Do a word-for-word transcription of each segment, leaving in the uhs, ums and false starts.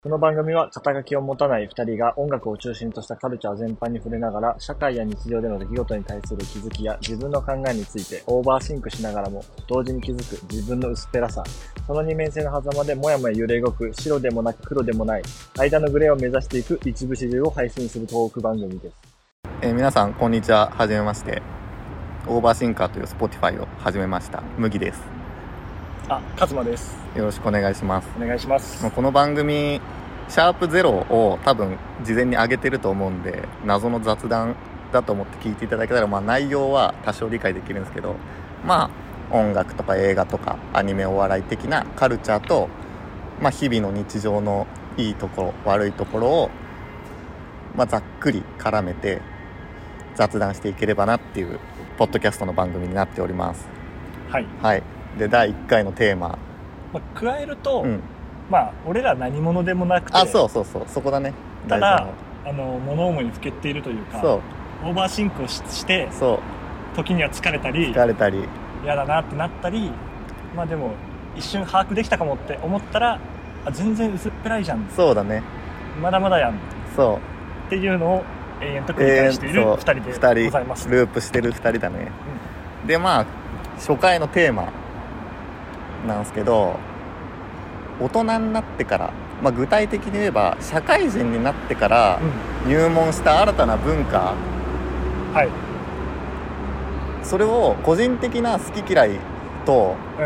この番組は肩書きを持たない二人が音楽を中心としたカルチャー全般に触れながら、社会や日常での出来事に対する気づきや自分の考えについてオーバーシンクしながらも同時に気づく自分の薄っぺらさ、その二面性の狭間でもやもや揺れ動く白でもなく黒でもない間のグレーを目指していく一部始終を配信するトーク番組です。 えー、皆さんこんにちは。はじめまして。オーバーシンカーという Spotify を始めました麦です。 あ、カズマです。 よろしくお願いします。 お願いします。 この番組シャープゼロを多分事前に上げてると思うんで、謎の雑談だと思って聞いていただけたら、まあ内容は多少理解できるんですけど、まあ音楽とか映画とかアニメお笑い的なカルチャーと、まあ日々の日常のいいところ悪いところを、まあざっくり絡めて雑談していければなっていうポッドキャストの番組になっております。 はいはいでだいいっかいのテーマ、 まあ、加えると、 うんまあ俺ら何者でもなくて、 あ、そうそうそう、そこだね。 ただあの物思いにふけっているというか、 そうオーバーシンクを し, してそう時には疲れたり疲れたり嫌だなってなったり、まあでも一瞬把握できたかもって思ったら、あ全然薄っぺらいじゃん、 そうだね、 まだまだやんそうっていうのを永遠と繰り返しているふたりでございます。 ループしてるふたりだね、うん、でまあ初回のテーマなんですけど、大人になってから、まあ、具体的に言えば社会人になってから入門した新たな文化、 うん、はい、 それを個人的な好き嫌いと、うん、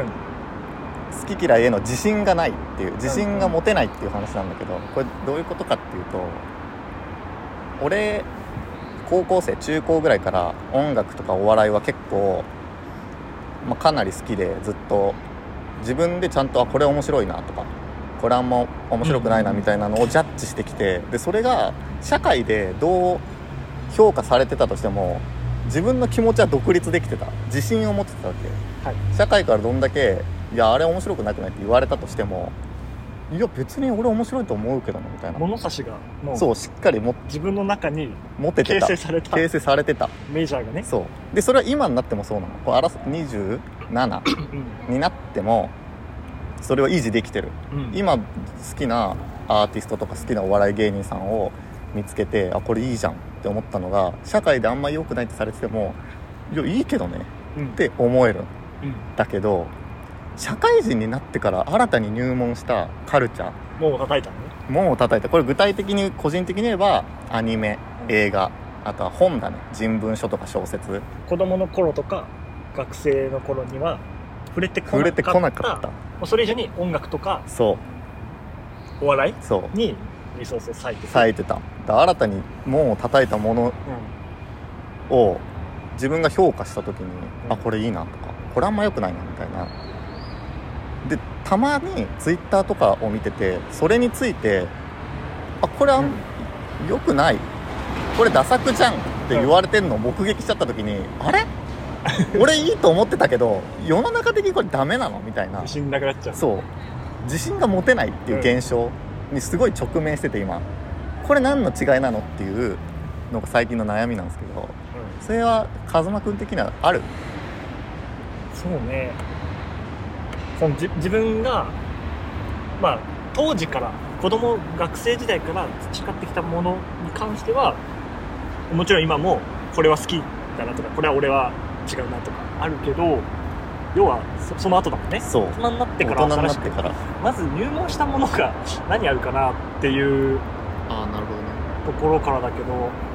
好き嫌いへの自信がないっていう、自信が持てないっていう話なんだけど、これどういうことかっていうと、俺高校生中高ぐらいから音楽とかお笑いは結構、まあ、かなり好きで、ずっと自分でちゃんとあこれ面白いなとかこれあんま面白くないなみたいなのをジャッジしてきて、でそれが社会でどう評価されてたとしても自分の気持ちは独立できてた、自信を持ってたわけ、はい、社会からどんだけいやあれ面白くなくないって言われたとしても、いや別に俺面白いと思うけどなみたいな物差しがもうそうしっかりも自分の中に持ててた、 形成された形成されてたメジャーがね。 そうでそれは今になってもそうなの。こうにじゅうななになってもそれを維持できてる、うん、今好きなアーティストとか好きなお笑い芸人さんを見つけて、あこれいいじゃんって思ったのが、社会であんまり良くないってされててもいやいいけどね、うん、って思える、うん、だけど社会人になってから新たに入門したカルチャー、 門を叩いたのね。 門を叩いた。これ具体的に個人的に言えばアニメ、映画、あとは本だね、人文書とか小説。子供の頃とか学生の頃には触れてこなかった、触れてこなかった。それ以上に音楽とかそうお笑いそうにリソースを割いて割いてた。だ新たに門を叩いたものを自分が評価した時に、うん、あこれいいなとかこれあんま良くないなみたいな。でたまにツイッターとかを見てて、それについてあこれは良くない、これダ作じゃんって言われてるのを目撃しちゃった時に、うん、あれ俺いいと思ってたけど世の中的にこれダメなのみたいな、 自信なくなっちゃう。 そう自信が持てないっていう現象にすごい直面してて、今これ何の違いなのっていうのが最近の悩みなんですけど、うん、それは風間くん的にはある？ そうね、そのじ自分がまあ当時から子供学生時代から培ってきたものに関してはもちろん今もこれは好きだなとかこれは俺は違うなとかあるけど、要は そ, その後だもんね。 そう大人になってから大人になってからまず入門したものが何あるかなっていうあなるほど、ね、 ところからだけど、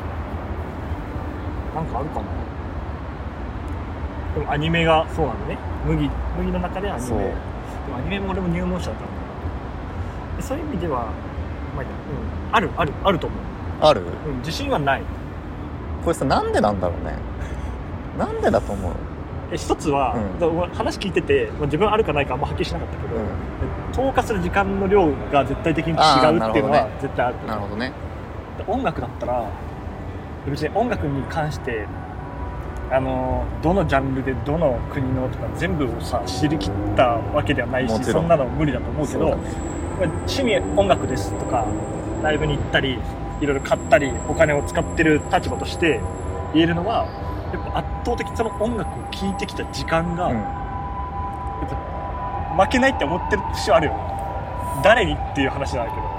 なんかあるかな。でもアニメがそうなのね。麦麦の中でアニメ、でもアニメも俺も入門者だったんだで、そういう意味では、まあいいや、うん、あるあるあると思う。 ある、 うん、自信はない。これさなんでなんだろうねなんでだと思う？ え一つは、うん、話聞いてて自分あるかないかあんまはっきりしなかったけど、うん、投下する時間の量が絶対的に違うっていうのは絶対ある。 なるほどね。 音楽だったら別に音楽に関してあのどのジャンルでどの国のとか全部をさ知りきったわけではないし、そんなの無理だと思うけど、ね、趣味音楽ですとかライブに行ったりいろいろ買ったりお金を使ってる立場として言えるのは、やっぱ圧倒的にその音楽を聴いてきた時間が、うん、やっぱ負けないって思ってる節はあるよ。誰にっていう話なんだけど、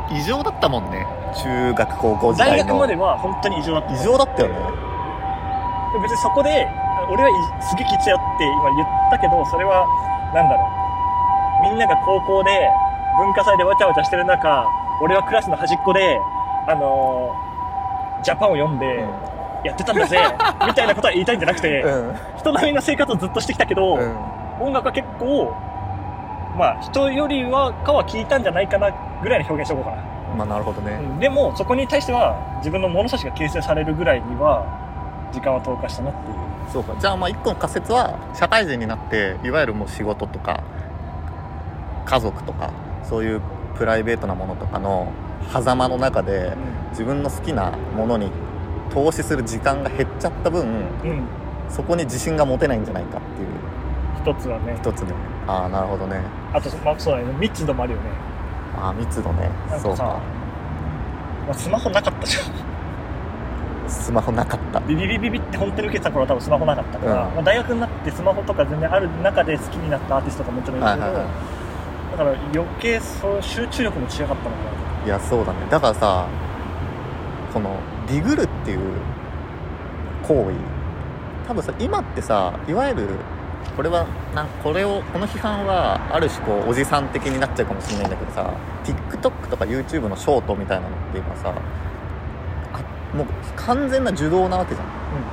異常だったもんね、中学高校時代の。 大学までは本当に異常だった。 異常だったよね。 別にそこで俺はすげえきつやって今言ったけど、それはなんだろう、みんなが高校で文化祭でわちゃわちゃしてる中、俺はクラスの端っこであのー、ジャパンを読んでやってたんだぜ、うん、みたいなことは言いたいんじゃなくて、うん、人並みの生活をずっとしてきたけど、うん、音楽は結構まあ人よりはかは聞いたんじゃないかなぐらいの表現しておこうかな。 まあなるほどね、 うん、でもそこに対しては自分の物差しが形成されるぐらいには時間は投下したなっていう。 そうか。じゃあまあ一個の仮説は、社会人になっていわゆるもう仕事とか家族とかそういうプライベートなものとかの狭間の中で、うん、自分の好きなものに投資する時間が減っちゃった分、うん、そこに自信が持てないんじゃないかっていう一つはね。 一つね。ああなるほどね。 あと、まあ、そうだね、密度もあるよね。 ああ密度ね。 なんかさ、 そうか、 まあ、スマホなかったじゃん。 スマホなかった。 ビビビビビって本当に受けてた頃は多分スマホなかったから、うん、まあ、大学になってスマホとか全然ある中で好きになったアーティストとかもちろんいるけど、はいはいはい、だから余計そう集中力も違かったのかな。 いやそうだね。だからさ、このディグルっていう行為、多分さ今ってさ、いわゆるこれはなんこれをこの批判はある種こうおじさん的になっちゃうかもしれないんだけどさ、 TikTok とか YouTube のショートみたいなのっていうのはさ、もう完全な受動なわけじゃん、うん、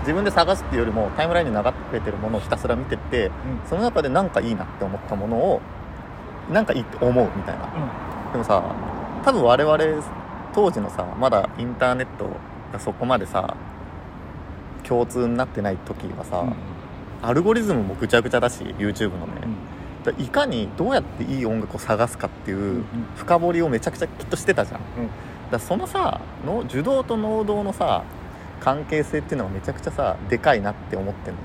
自分で探すっていうよりもタイムラインに流れてるものをひたすら見てって、うん、その中でなんかいいなって思ったものをなんかいいって思うみたいな、うん、でもさ、多分我々当時のさ、まだインターネットがそこまでさ共通になってない時はさ、うん、アルゴリズムもぐちゃぐちゃだし YouTube のね、うん、だいかにどうやっていい音楽を探すかっていう深掘りをめちゃくちゃきっとしてたじゃん、うん、だそのさの受動と能動のさ関係性っていうのはめちゃくちゃさでかいなって思ってんの、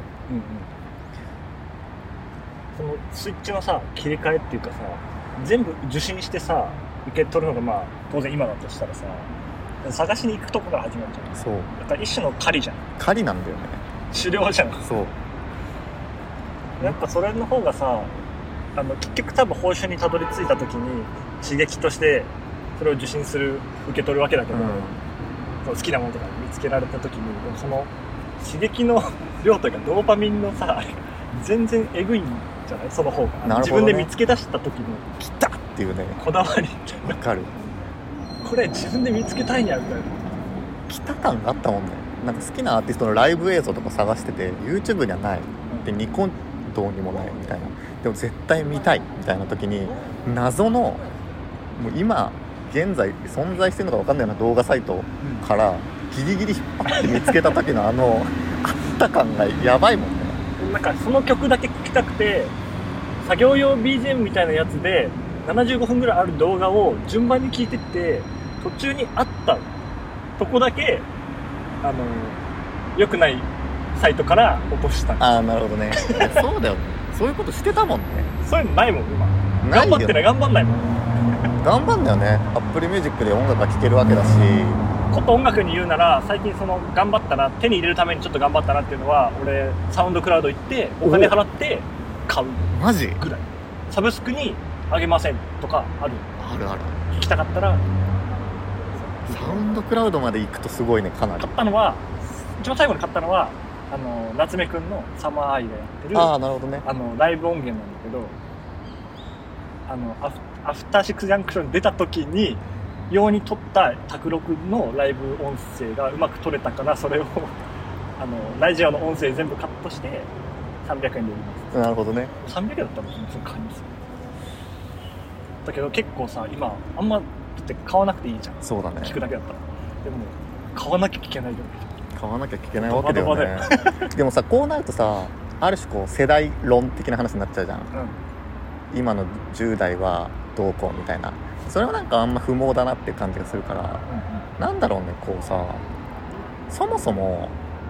うんうん、そのスイッチのさ切り替えっていうかさ、全部受信してさ受け取るのがまあ当然今だとしたらさ、探しに行くとこから始まるじゃん。 そうだから一種の狩りじゃん。 狩りなんだよね。 狩猟じゃん。 そうやっぱそれの方がさ、あの結局多分報酬にたどり着いた時に刺激としてそれを受信する受け取るわけだけど、うん、その好きなものとか見つけられた時にその刺激の量というかドーパミンのさ全然エグいんじゃない、その方が、ね、自分で見つけ出した時の来たっていうねこだわりわかる。 これ自分で見つけたいんやみたいな来た感があったもんね。なんか好きなアーティストのライブ映像とか探してて YouTube にはないで、ニコ動にもないみたいな、でも絶対見たいみたいな時に謎のもう今現在存在してるのか分かんないような動画サイトからギリギリ引っ張って見つけた時のあのあった感がやばいもんね。 なんかその曲だけ聴きたくて作業用 ビージーエム みたいなやつでななじゅうごふんぐらいある動画を順番に聴いてって途中にあったとこだけあの良くないサイトから落とした。 ああなるほどねそうだよね。そういうことしてたもんね。 そういうのないもん今。頑張ってない頑張んないもん頑張んだよね。Apple Music で音楽が聴けるわけだし、 こと音楽に言うなら最近その頑張ったな、手に入れるためにちょっと頑張ったなっていうのは、俺サウンドクラウド行ってお金払って買うマジぐらい。サブスクにあげませんとかあるあるある。 聞きたかったらサウンドクラウドまで行くとすごいね。かなり買ったのは一番最後に買ったのはあの夏目くんのサマーアイがやってるああなるほどね。 あのライブ音源なんだけど、あのアフアフターシックスジャンクション出た時に用に撮った卓録のライブ音声がうまく撮れたから、それをあのラジオの音声全部カットしてさんびゃくえんで売ります。 なるほどね。 さんびゃくえんだったんですよ、その買います。だけど結構さ今あんまだって買わなくていいじゃん。 そうだね。 聞くだけだったら。でも買わなきゃ聞けないよね。 買わなきゃ聞けないわけだよね。でもさこうなるとさ、ある種こう世代論的な話になっちゃうじゃん、うん、今のじゅう代はどうこうみたいな。それはなんかあんま不毛だなっていう感じがするから、うんうん、なんだろうね、こうさそもそも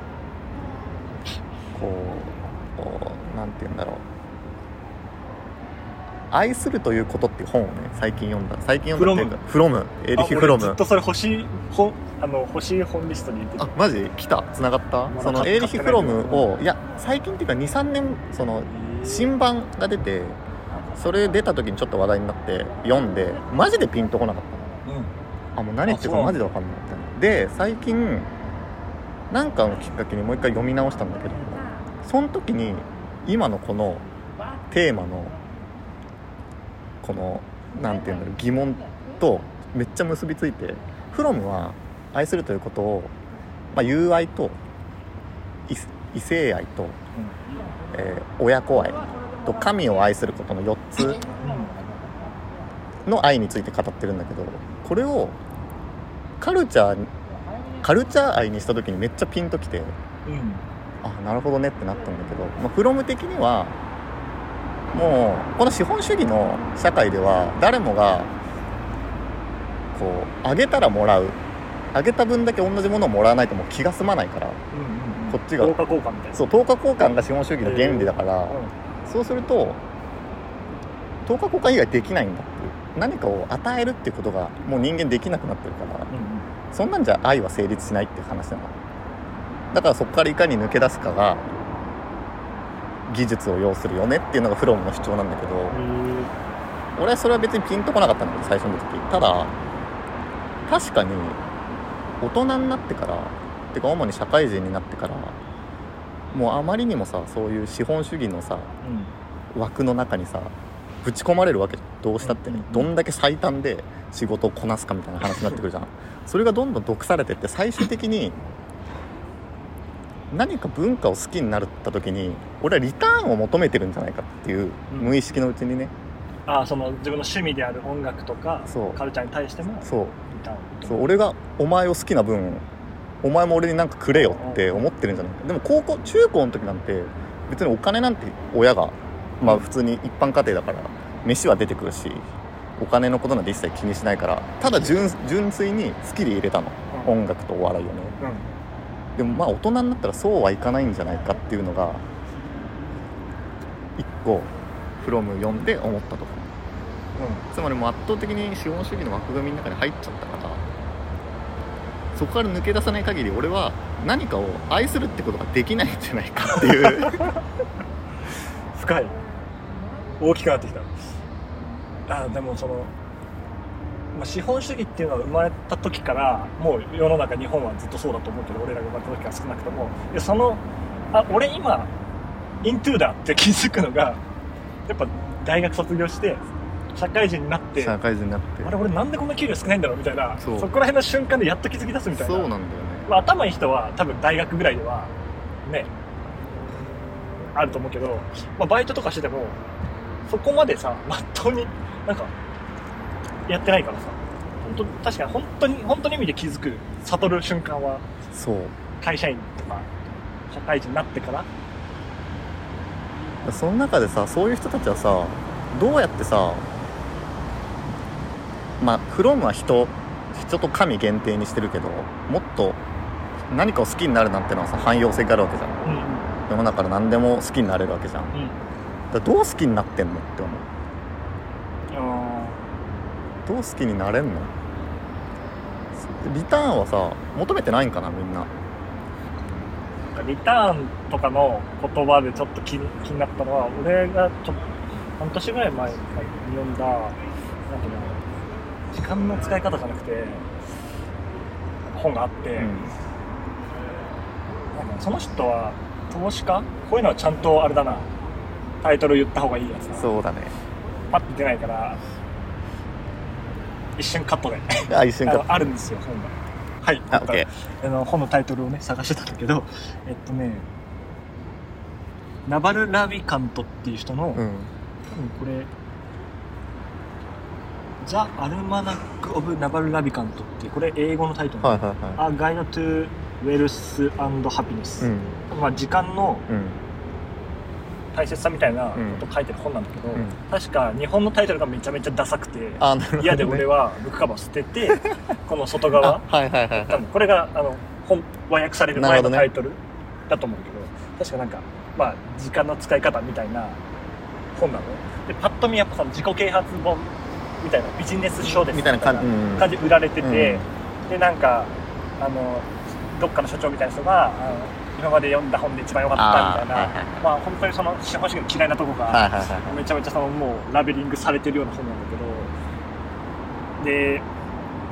こう、こうなんて言うんだろう、愛するということっていう本をね最近読んだ最近読んだっていうかフロムエリヒ・フロム。 ずっとそれ欲しい本、あの欲しい本リストに入れてる。 あマジ来た繋がった、ま、そのエリヒ・フロムをいや最近っていうか にさんねんその新版が出て、それ出た時にちょっと話題になって読んでマジでピンとこなかったの、 あもう何っていうかマジで分かんないみたいな。で最近なんかのきっかけにもう一回読み直したんだけど、その時に今のこのテーマのこのなんていうんだろう疑問とめっちゃ結びついて、フロムは愛するということを、まあ、友愛と異性愛と、うんえー、親子愛と神を愛することのよっつの愛について語ってるんだけど、これをカルチャーカルチャー愛にした時にめっちゃピンときて、うん、あなるほどねってなったんだけど、まあ、フロム的にはもうこの資本主義の社会では誰もがこうあげたらもらう、あげた分だけ同じものをもらわないともう気が済まないから、うんうんうん、こっちが等価交換みたいな、 そう等価交換が資本主義の原理だから、えーうん、そうすると等価交換以外できないんだっていう、何かを与えるっていうことがもう人間できなくなってるから、うんうん、そんなんじゃ愛は成立しないっていう話なの。だからそこからいかに抜け出すかが技術を要するよねっていうのがフロムの主張なんだけど、俺はそれは別にピンとこなかったんだけど最初の時。ただ確かに大人になってからてか主に社会人になってからもうあまりにもさそういう資本主義のさ、うん、枠の中にさぶち込まれるわけじゃん、どうしたってね、うんうん、どんだけ最短で仕事をこなすかみたいな話になってくるじゃんそれがどんどん毒されてって最終的に何か文化を好きになった時に俺はリターンを求めてるんじゃないかっていう、うん、無意識のうちにね、 ああその自分の趣味である音楽とかカルチャーに対してもそうそう俺がお前を好きな分お前も俺になんかくれよって思ってるんじゃないか。でも高校中高の時なんて別にお金なんて親がまあ普通に一般家庭だから飯は出てくるしお金のことなんて一切気にしないから、ただ 純, 純粋に好きで入れたの、うん、音楽とお笑いをね、うん、でもまあ大人になったらそうはいかないんじゃないかっていうのが一個フロム読んで思ったところ、うん、つまりもう圧倒的に資本主義の枠組みの中に入っちゃったから、そこから抜け出さない限り俺は何かを愛するってことができないんじゃないかっていう深い、大きくなってきた。あでもその、まあ、資本主義っていうのは生まれた時からもう世の中日本はずっとそうだと思うけど、俺らが生まれた時から少なくともでそのあ俺今イントゥーだって気づくのがやっぱ大学卒業して社会人になって社会人になってあれ俺なんでこんな給料少ないんだろうみたいな そ, そこら辺の瞬間でやっと気づき出すみたいな。 そうなんだよね、 まあ、頭いい人は多分大学ぐらいではねあると思うけど、まあ、バイトとかしててもそこまでさまっとうになんかやってないからさ、本当確かに本当に本当に意味で気づく悟る瞬間はそう会社員とか社会人になってから。 その中でさそういう人たちはさどうやってさまあフロムは人人と神限定にしてるけどもっと何かを好きになるなんてのはさ汎用性があるわけじゃん、うんうん、世の中から何でも好きになれるわけじゃん、うん、だからどう好きになってんのって思う。どう好きになれんの？リターンはさ求めてないんかなみんな。 リターンとかの言葉でちょっと 気, 気になったのは俺がちょっと半年ぐらい前に読んだなんていうの時間の使い方じゃなくて本があって、うん、なんかその人は投資家こういうのはちゃんとあれだなタイトル言った方がいいやつだ。 そうだねパッと出ないから一瞬カットであ一瞬カットあ, あるんですよ本が。はいあ、OK、あの本のタイトルをね探してたんだけどえっとねナバル・ラビカントっていう人の、うん、多分これザ・アルマナック・オブ・ナバル・ラビカントっていうこれ英語のタイトル、はいはいはい、A Guide to Wealth and Happiness、うんまあ、時間の大切さみたいなことを書いてる本なんだけど、うん、確か日本のタイトルがめちゃめちゃダサくて、ね、嫌で俺はブックカバー捨ててこの外側はいはいはい、はい、多分これがあの本和訳される前のタイトルだと思うけど、ね、確かなんかまあ時間の使い方みたいな本なのでパッと見やっぱその自己啓発本みたいなビジネス書ですみたいな感じで売られてて、うん、でなんかあのどっかの所長みたいな人があの今まで読んだ本で一番良かったみたいな、はいはい、まあ本当にその資本主義の嫌いなとこが、はいはいはい、めちゃめちゃそのもうラベリングされてるような本なんだけど、で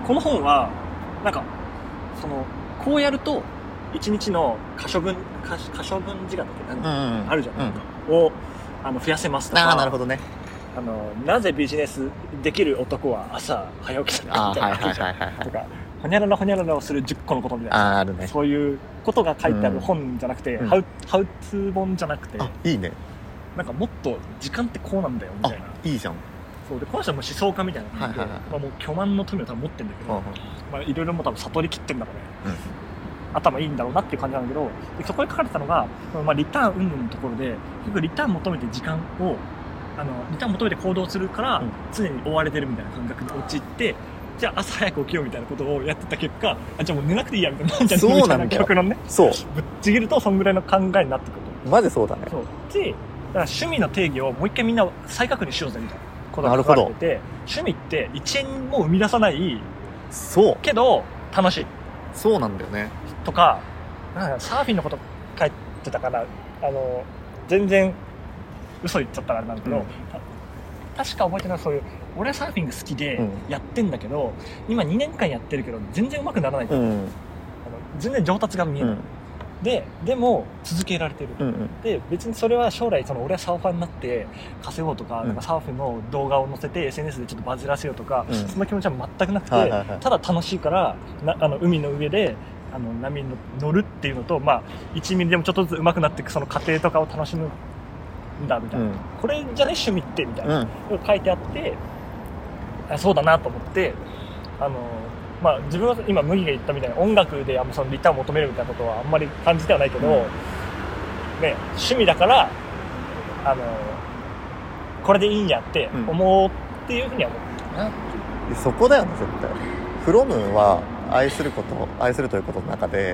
この本はなんかそのこうやるといちにちの可処分可可処分時間だっけ、 うんうん、 あるじゃん、 うん、 をあの増やせますとか。 ああなるほどね。 あのなぜビジネスできる男は朝早起きするかみたいなのとか、ほにゃららほにゃららをするじゅっこのことみたいな、 ああるね、 そういうことが書いてある本じゃなくて、うん、ハウハウツー本じゃなくて、 あいいね、 なんかもっと時間ってこうなんだよみたいな。 いいじゃん。 そうでこの人はもう思想家みたいな感じで、はいはいはい、まあ、もう巨万の富を多分持ってるんだけど、うんまあ、いろいろも多分悟りきってんだろうね、うん、頭いいんだろうなっていう感じなんだけど、でそこに書かれてたのが、まあ、リターン云々のところで結局リターン求めて時間をあのリターン求めて行動するから、うん、常に追われてるみたいな感覚に陥って、じゃあ朝早く起きようみたいなことをやってた結果、あじゃあもう寝なくていいやみたいな、なんじゃねみたいな曲のね、 そうぶっちぎるとそんぐらいの考えになってくると。 マジそうだね。 そうでだから趣味の定義をもう一回みんな再確認しようぜみたいなことが書かれてて、趣味っていちえんも生み出さないそうけど楽しいそうなんだよねとか、なんかサーフィンのこと書いてたから、あの全然嘘言っちゃったからなんだけど、うん、確か覚えてない、そういう俺はサーフィンが好きでやってんだけど、うん、今にねんかんやってるけど全然上手くならないから、うん、あの全然上達が見えない、うん、ででも続けられてる、うんうん、で別にそれは将来その俺はサーファーになって稼ごうとか、うん、なんかサーフの動画を載せて エスエヌエス でちょっとバズらせようとか、うん、その気持ちは全くなくて、はいはいはい、ただ楽しいからなあの海の上であの波に乗るっていうのと、まあ、いちミリでもちょっとずつ上手くなっていくその過程とかを楽しむんだみたいな、うん、これじゃね趣味ってみたいな、うん、書いてあって、あそうだなと思って、あのまあ、自分は今麦が言ったみたいな音楽であんまそのリターンを求めるみたいなことはあんまり感じてはないけど、うんね、趣味だからあのこれでいいんやって思うっていうふうには思ってるな、 うん、そこだよね絶対。フロムは愛すること愛するということの中で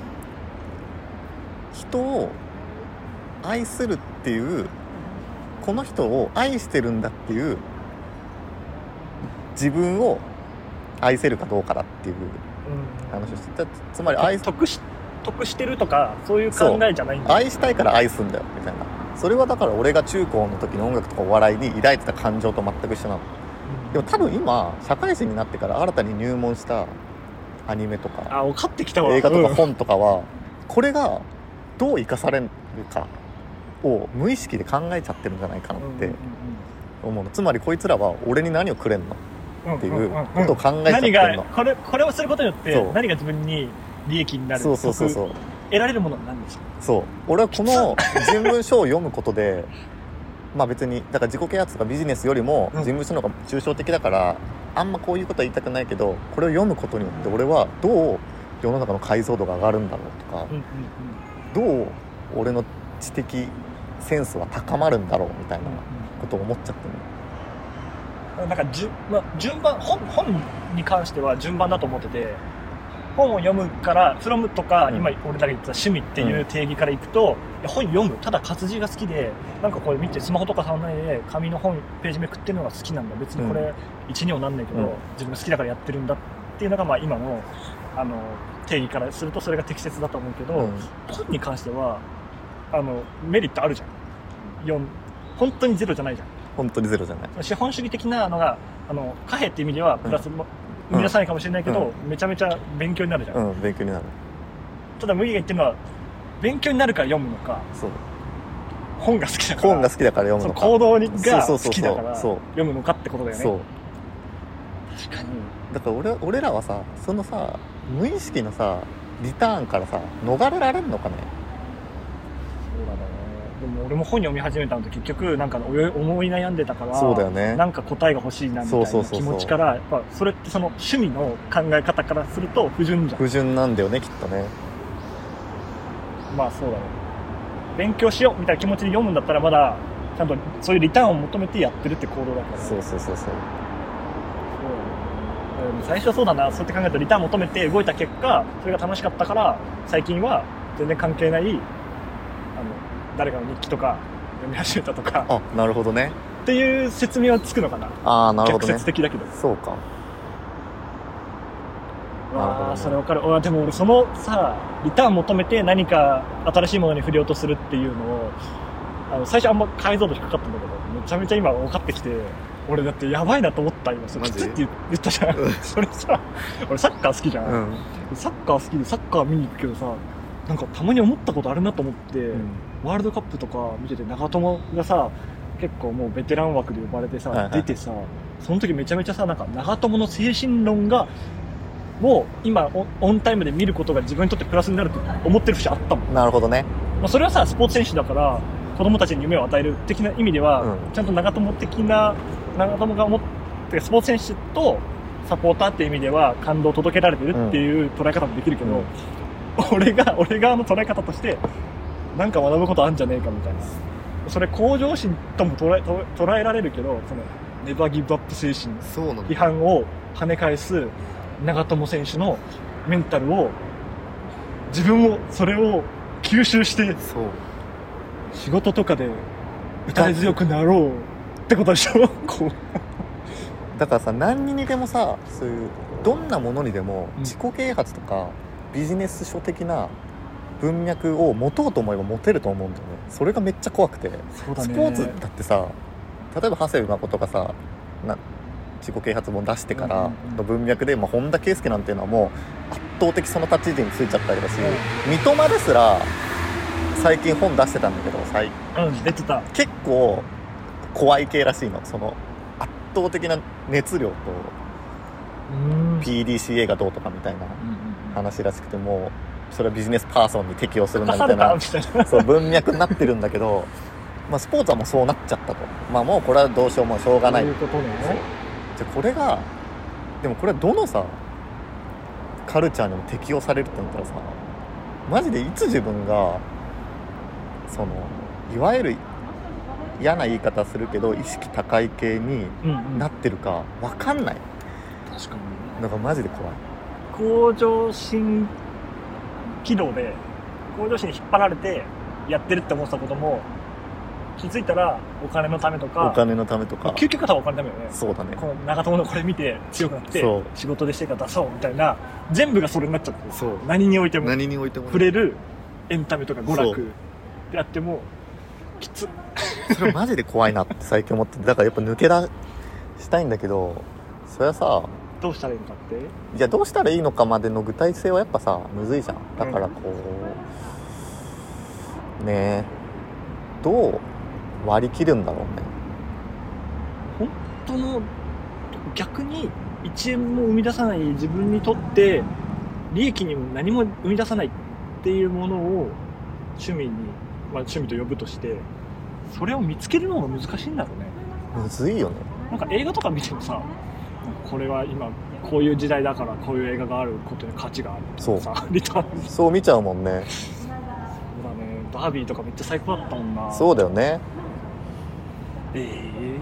人を愛するっていうこの人を愛してるんだっていう自分を愛せるかどうかだっていう話をして、うん、つまり愛得し、得してるとかそういう考えじゃないんだよ。 愛したいから愛すんだよみたいな。それはだから俺が中高の時の音楽とかお笑いに抱いてた感情と全く一緒なの、うん、でも多分今社会人になってから新たに入門したアニメとかあ分かってきたわ映画とか本とかは、うん、これがどう生かされるかを無意識で考えちゃってるんじゃないかなって思うの。つまりこいつらは俺に何をくれんのっていうことを考えちゃってるの、うんうんうん、何がこれ、これをすることによって何が自分に利益になる、 そうそうそうそう得られるものは何ですか。 そう俺はこの人文書を読むことでまあ別にだから自己啓発とかビジネスよりも人文書の方が抽象的だから、うん、あんまこういうことは言いたくないけど、これを読むことによって俺はどう世の中の解像度が上がるんだろうとか、うんうんうん、どう俺の知的センスは高まるんだろうみたいなことを思っちゃってる。 なんかじゅ、まあ、順番 本, 本に関しては順番だと思ってて、本を読むからフロムとか、うん、今俺だけ言った趣味っていう定義からいくと、うん、本読むただ活字が好きでなんかこれ見てスマホとか触らないで紙の本ページめくってるのが好きなんだ、別にこれいちにはなんないけど、うん、自分が好きだからやってるんだっていうのがまあ今の、あの定義からするとそれが適切だと思うけど、うん、本に関してはあのメリットあるじゃん。よん本当にゼロじゃないじゃん。 本当にゼロじゃない。 資本主義的なのがあの貨幣っていう意味ではプラスも、うん、生み出さないかもしれないけど、うん、めちゃめちゃ勉強になるじゃん、 うん、勉強になる。 ただ麦が言ってるのは勉強になるから読むのか、 そう本が好きだから本が好きだから読むのか、 行動が好きだから読むのかってことだよね。 そう確かに。 だから 俺, 俺らはさそのさ無意識のさリターンからさ逃れられるのかね。 そうだね。でも俺も本読み始めたのと結局なんか思い悩んでたから、 そうだよね、 なんか答えが欲しいなみたいな気持ちからやっぱそれってその趣味の考え方からすると不純じゃん。 不純なんだよねきっとね。 まあそうだね。勉強しようみたいな気持ちで読むんだったらまだちゃんとそういうリターンを求めてやってるって行動だから。 そうそうそうそう。 最初はそうだな、そうやって考えるとリターン求めて動いた結果それが楽しかったから最近は全然関係ないあの誰かの日記とか読み始めたとか。 あ、なるほどねっていう説明はつくのかな。 あ、なるほどね。 逆説的だけど。 そうか。 ああ、ね、それ分かる。でも俺そのさリターン求めて何か新しいものに触れようとするっていうのをあの最初あんま解像度低かったんだけどめちゃめちゃ今分かってきて、 俺だってやばいなと思った今それきつって言ったじゃん、うん、それさ俺サッカー好きじゃん、うん、サッカー好きでサッカー見に行くけどさなんかたまに思ったことあるなと思って、うん、ワールドカップとか見てて長友がさ結構もうベテラン枠で呼ばれてさ、はいはい、出てさその時めちゃめちゃさなんか長友の精神論がを今オンタイムで見ることが自分にとってプラスになると思ってる節あったもん。 なるほどね。 まあ、それはさスポーツ選手だから子供たちに夢を与える的な意味では、うん、ちゃんと長友的な長友が思ってスポーツ選手とサポーターっていう意味では感動を届けられてるっていう捉え方もできるけど、うん、俺が俺側の捉え方としてなんか学ぶことあるんじゃねえかみたいなそれ向上心とも捉え、捉えられるけどそのネバーギブアップ精神批判を跳ね返す長友選手のメンタルを自分をそれを吸収してそう仕事とかで歌い強くなろうってことでしょこうだからさ何にでもさそういうどんなものにでも自己啓発とかビジネス書的な文脈を持とうと思えば持てると思うんだよね。それがめっちゃ怖くてそうだね、 スポーツだってさ例えば長谷部誠がさな自己啓発本出してからの文脈で、まあ、本田圭佑なんていうのはもう圧倒的その立ち位置についちゃったりだし、うん、三笘ですら最近本出してたんだけど最、 うん、出てた結構怖い系らしいのその圧倒的な熱量と ピーディーシーエー がどうとかみたいな話らしくてもそれはビジネスパーソンに適用するんだみたいなそう文脈になってるんだけど、まあ、スポーツはもうそうなっちゃったと、まあ、もうこれはどうしようもしょうがないそういうことね。 じゃこれがでもこれはどのさカルチャーにも適用されるってなったらさマジでいつ自分がそのいわゆる嫌な言い方するけど意識高い系になってるか分かんない、 うんうん、確かにだからマジで怖い。 向上心軌道で向上心に引っ張られてやってるって思ってたことも気づいたらお金のためとかお金のためとか究極はお金のためよね。 そうだね。 この長友のこれ見て強くなって仕事でしてから出そうみたいな全部がそれになっちゃってそう何においても何においても触れるエンタメとか娯楽であってもきつそれマジで怖いなって最近思ってだからやっぱ抜け出したいんだけどそれはさどうしたらいいのかっていやどうしたらいいのかまでの具体性はやっぱさむずいじゃん。だからこう、うん、ねえどう割り切るんだろうね。 本当の逆にいちえんも生み出さない自分にとって利益にも何も生み出さないっていうものを趣味に、まあ、趣味と呼ぶとしてそれを見つけるのが難しいんだろうね。 むずいよね。 なんか映画とか見てもさこれは今こういう時代だからこういう映画があることに価値があるとかさリターンそう見ちゃうもんね。 そうだね。バービーとかめっちゃ最高だったもんな。 そうだよね。 えー、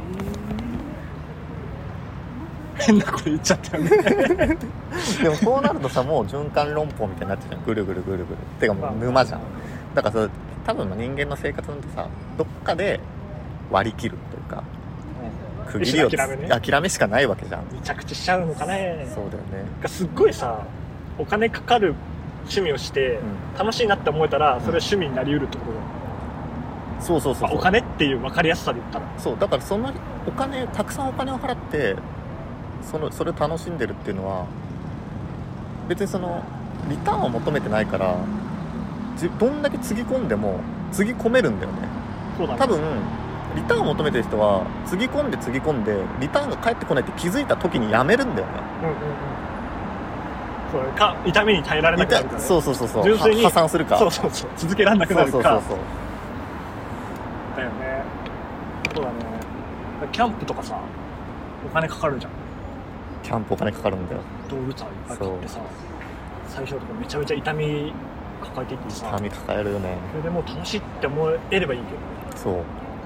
変なこと言っちゃったよねでもこうなるとさもう循環論法みたいになっちゃうじゃん。ぐるぐるぐるぐるてかもう沼じゃん。だからさ多分人間の生活なんてさどっかで割り切るというか、うん、区切りを諦めね諦めしかないわけじゃん。 めちゃくちゃしちゃうのかね。 そうだよね。 すっごいさお金かかる趣味をして、うん、楽しいなって思えたらそれは趣味になりうるってことだよ、 うん、そうそうそうそう、 お金っていう分かりやすさで言ったらそうだからそのお金たくさんお金を払ってそのそれを楽しんでるっていうのは別にそのリターンを求めてないからどんだけつぎ込んでもつぎ込めるんだよね。 そうだね。 多分リターンを求めてる人はつぎ込んでつぎ込んでリターンが返ってこないって気づいた時にやめるんだよね。うんうんうん。 そうか痛みに耐えられなくなるから、ね、 そうそうそうそう純粋に破産するかそうそうそう続けられなくなるか。 そうそうそうそうだよね。そうだね。キャンプとかさお金かかるじゃん。 キャンプお金かかるんだよ。 道具さいっぱい買ってさ最初とかめちゃめちゃ痛み抱えていってさ痛み抱えるよね。 それでもう楽しいって思えればいいけどそうそういう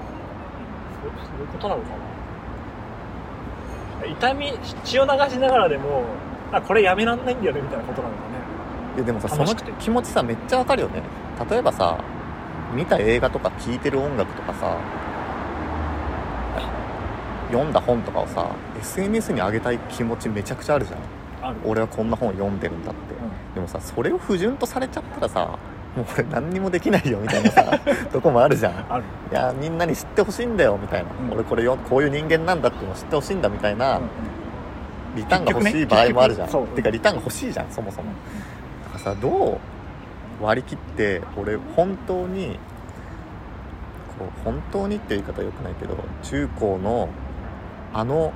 ことなのかな。痛み血を流しながらでもあこれやめらんないんだよねみたいなことなのかね。 いやでもさその気持ちさめっちゃわかるよね。例えばさ見た映画とか聴いてる音楽とかさ読んだ本とかをさ エスエヌエス に上げたい気持ちめちゃくちゃあるじゃん。 ある。 俺はこんな本読んでるんだって、うん、でもさそれを不純とされちゃったらさもうこれ何にもできないよみたいなさとこもあるじゃん。 ある。 いやみんなに知ってほしいんだよみたいな、うん、俺これよこういう人間なんだっていうのを知ってほしいんだみたいな、うん、リターンが欲しい場合もあるじゃん、ね、てかリターンが欲しいじゃんそもそも。だからさどう割り切って俺本当にこう本当にっていう言い方は良くないけど中高のあの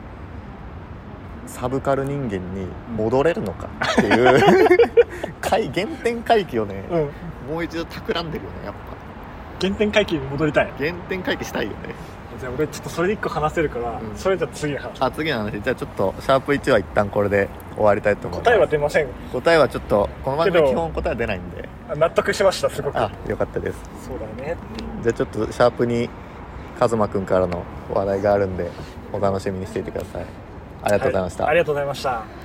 サブカル人間に戻れるのかっていう回原点回帰をね、うん、もう一度企んでるよねやっぱ。 原点回帰に戻りたい。 原点回帰したいよね。 じゃあ俺ちょっとそれで一個話せるから、うん、それじゃあ次の話。 あ次の話。じゃあちょっとシャープいちは一旦これで終わりたいと思います。 答えは出ません。 答えはちょっとこの番組基本答えは出ないんで。 納得しましたすごく。 あよかったです。 そうだね。 じゃあちょっとシャープにカズマくんからの話題があるんでお楽しみにしていてください。ありがとうございました、 はい、ありがとうございました。